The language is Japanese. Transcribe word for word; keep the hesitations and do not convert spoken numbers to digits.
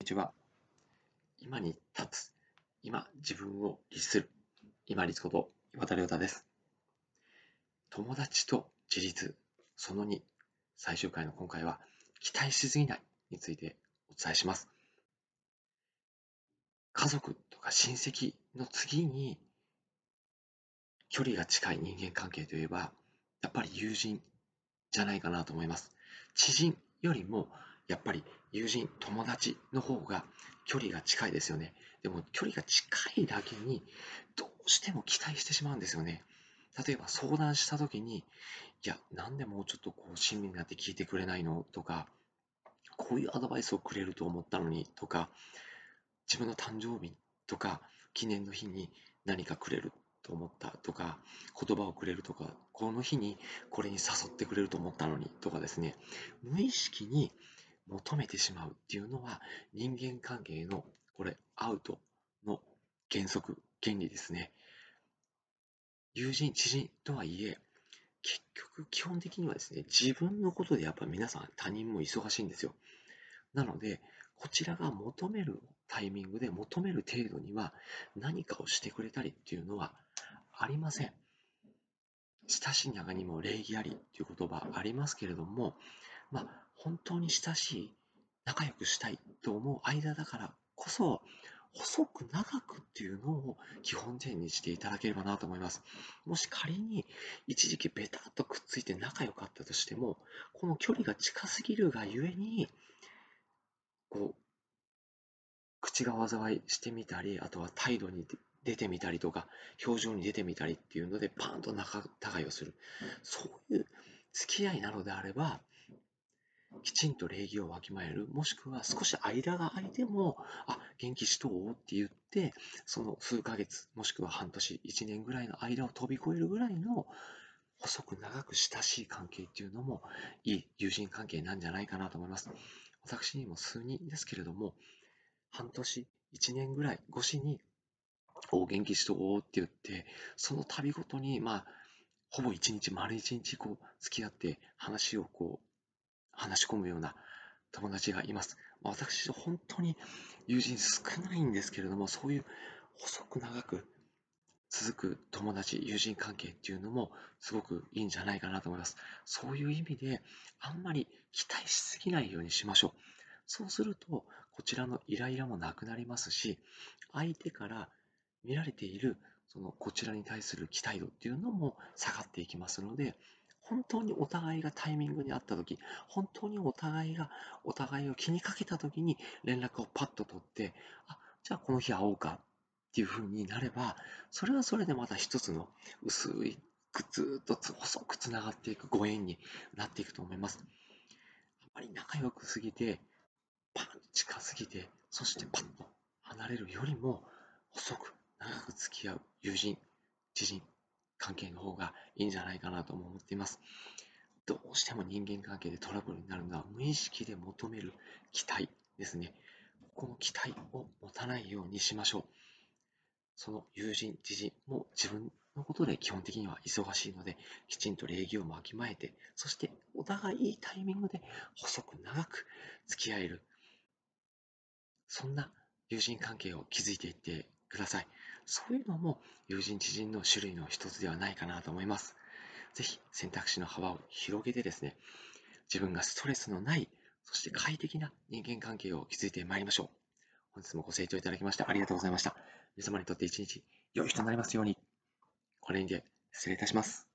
ちは。今に立つ。今、自分を律する。今立こと岩田亮太です。友達と自立、そのに、最終回の今回は、期待しすぎないについてお伝えします。家族とか親戚の次に、距離が近い人間関係といえば、やっぱり友人じゃないかなと思います。知人よりも、やっぱり友人、友達の方が距離が近いですよね。でも距離が近いだけに、どうしても期待してしまうんですよね。例えば相談した時に、いや、なんでもうちょっとこう親身になって聞いてくれないのとか、こういうアドバイスをくれると思ったのにとか、自分の誕生日とか記念の日に何かくれると思ったとか、言葉をくれるとか、この日にこれに誘ってくれると思ったのにとかですね、無意識に求めてしまうっていうのは人間関係のこれアウトの原則、原理ですね。友人、知人とはいえ、結局基本的にはですね、自分のことでやっぱり皆さん他人も忙しいんですよ。なので、こちらが求めるタイミングで求める程度には何かをしてくれたりっていうのはありません。親しい中にも礼儀ありっていう言葉ありますけれども、まあ、本当に親しい、仲良くしたいと思う間だからこそ、細く長くっていうのを基本点にしていただければなと思います。もし仮に一時期ベタっとくっついて仲良かったとしても、この距離が近すぎるがゆえに、こう、口が災いしてみたり、あとは態度に出てみたりとか、表情に出てみたりっていうので、パーンと仲違いをする。そういう付き合いなのであれば、きちんと礼儀をわきまえる、もしくは少し間が空いても、あ、元気しとうって言って、その数ヶ月、もしくは半年、いちねんぐらいの間を飛び越えるぐらいの細く長く親しい関係っていうのもいい友人関係なんじゃないかなと思います。私にも数人ですけれども、半年、いちねんぐらい越しに、お元気しとおうって言って、その度ごとに、まあ、ほぼ一日、丸一日こう付き合って話をこう話し込むような友達がいます。まあ、私、本当に友人少ないんですけれども、そういう細く長く続く友達、友人関係っていうのもすごくいいんじゃないかなと思います。そういう意味で、あんまり期待しすぎないようにしましょう。そうすると、こちらのイライラもなくなりますし、相手から見られている、そのこちらに対する期待度っていうのも下がっていきますので、本当にお互いがタイミングに合った時、本当にお互いがお互いを気にかけた時に連絡をパッと取って、あ、じゃあこの日会おうかっていう風になれば、それはそれでまた一つの薄いくずっと細くつながっていくご縁になっていくと思います。あまり仲良くすぎて、パンと近すぎて、そしてパッと離れるよりも、細く長く付き合う友人、知人関係の方がいいんじゃないかなとも思っています。どうしても人間関係でトラブルになるのは無意識で求める期待ですね。この期待を持たないようにしましょう。その友人、知人も自分のことで基本的には忙しいので、きちんと礼儀をわきまえて、そしてお互いいいタイミングで細く長く付き合える、そんな友人関係を築いていってください。そういうのも友人、知人の種類の一つではないかなと思います。ぜひ選択肢の幅を広げてですね、自分がストレスのない、そして快適な人間関係を築いてまいりましょう。本日もご清聴いただきましてありがとうございました。皆様にとって一日良い日となりますように。これにて失礼いたします。